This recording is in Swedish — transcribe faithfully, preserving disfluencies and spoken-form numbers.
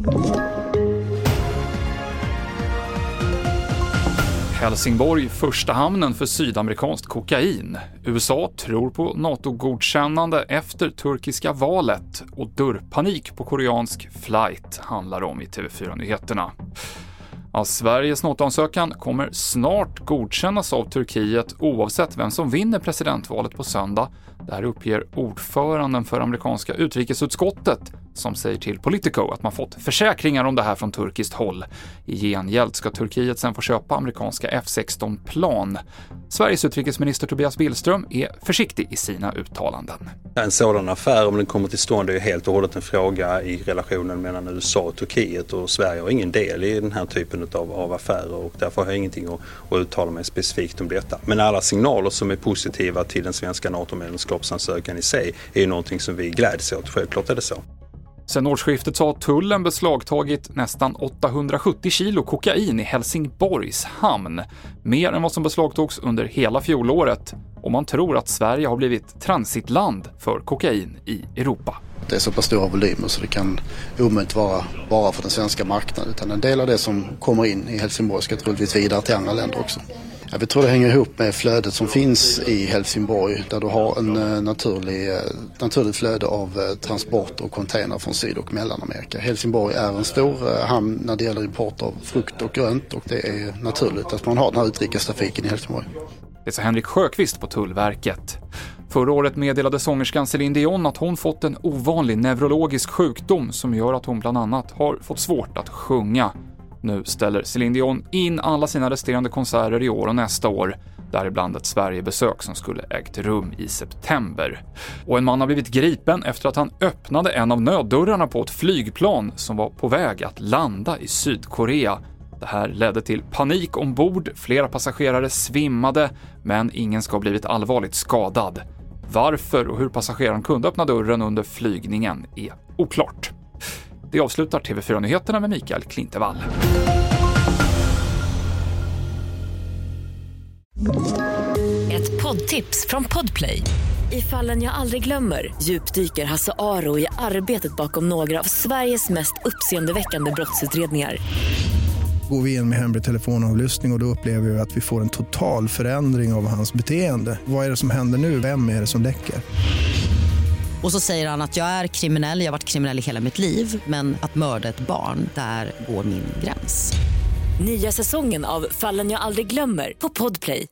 Helsingborg, första hamnen för sydamerikanskt kokain. U S A tror på NATO-godkännande efter turkiska valet och dörrpanik på koreansk flight handlar om i T V fyra-nyheterna. Ja, Sveriges NATO-ansökan kommer snart godkännas av Turkiet oavsett vem som vinner presidentvalet på söndag. Där uppger ordföranden för amerikanska utrikesutskottet som säger till Politico att man fått försäkringar om det här från turkiskt håll. I gengäld ska Turkiet sen få köpa amerikanska F sexton-plan. Sveriges utrikesminister Tobias Billström är försiktig i sina uttalanden. En sådan affär, om den kommer till stånd, är helt och hållet en fråga i relationen mellan U S A och Turkiet, och Sverige har ingen del i den här typen av, av affärer och därför har jag ingenting att, att uttala mig specifikt om detta. Men alla signaler som är positiva till den svenska NATO-medlemskapsansökan i sig är ju någonting som vi gläds åt, självklart är det så. Sen årsskiftet så har tullen beslagtagit nästan åttahundrasjuttio kilo kokain i Helsingborgs hamn. Mer än vad som beslagtogs under hela fjolåret. Och man tror att Sverige har blivit transitland för kokain i Europa. Det är så pass stora volymer så det kan omöjligt vara bara för den svenska marknaden. Utan en del av det som kommer in i Helsingborg ska troligtvis vidare till andra länder också. Ja, vi tror det hänger ihop med flödet som finns i Helsingborg där du har en uh, naturlig, uh, naturligt flöde av uh, transport och container från Syd- och Mellanamerika. Helsingborg är en stor uh, hamn när det gäller import av frukt och grönt och det är naturligt att man har den här utrikestrafiken i Helsingborg. Det sa Henrik Sjöqvist på Tullverket. Förra året meddelade sångerskan Celine Dion att hon fått en ovanlig neurologisk sjukdom som gör att hon bland annat har fått svårt att sjunga. Nu ställer Celine Dion in alla sina resterande konserter i år och nästa år, däribland ett Sverigebesök som skulle ägt rum i september. Och en man har blivit gripen efter att han öppnade en av nöddörrarna på ett flygplan som var på väg att landa i Sydkorea. Det här ledde till panik ombord, flera passagerare svimmade, men ingen ska ha blivit allvarligt skadad. Varför och hur passageraren kunde öppna dörren under flygningen är oklart. Det avslutar T V fyra-nyheterna med Mikael Klintevall. Ett poddtips från Podplay. I Fallen jag aldrig glömmer djupdyker Hasse Aro i arbetet bakom några av Sveriges mest uppseendeväckande brottsutredningar. Går vi in med hemlig telefonavlyssning och, och då upplever vi att vi får en total förändring av hans beteende. Vad är det som händer nu? Vem är det som läcker? Och så säger han att jag är kriminell, jag har varit kriminell i hela mitt liv. Men att mörda ett barn, där går min gräns. Nya säsongen av Fallen jag aldrig glömmer på Podplay.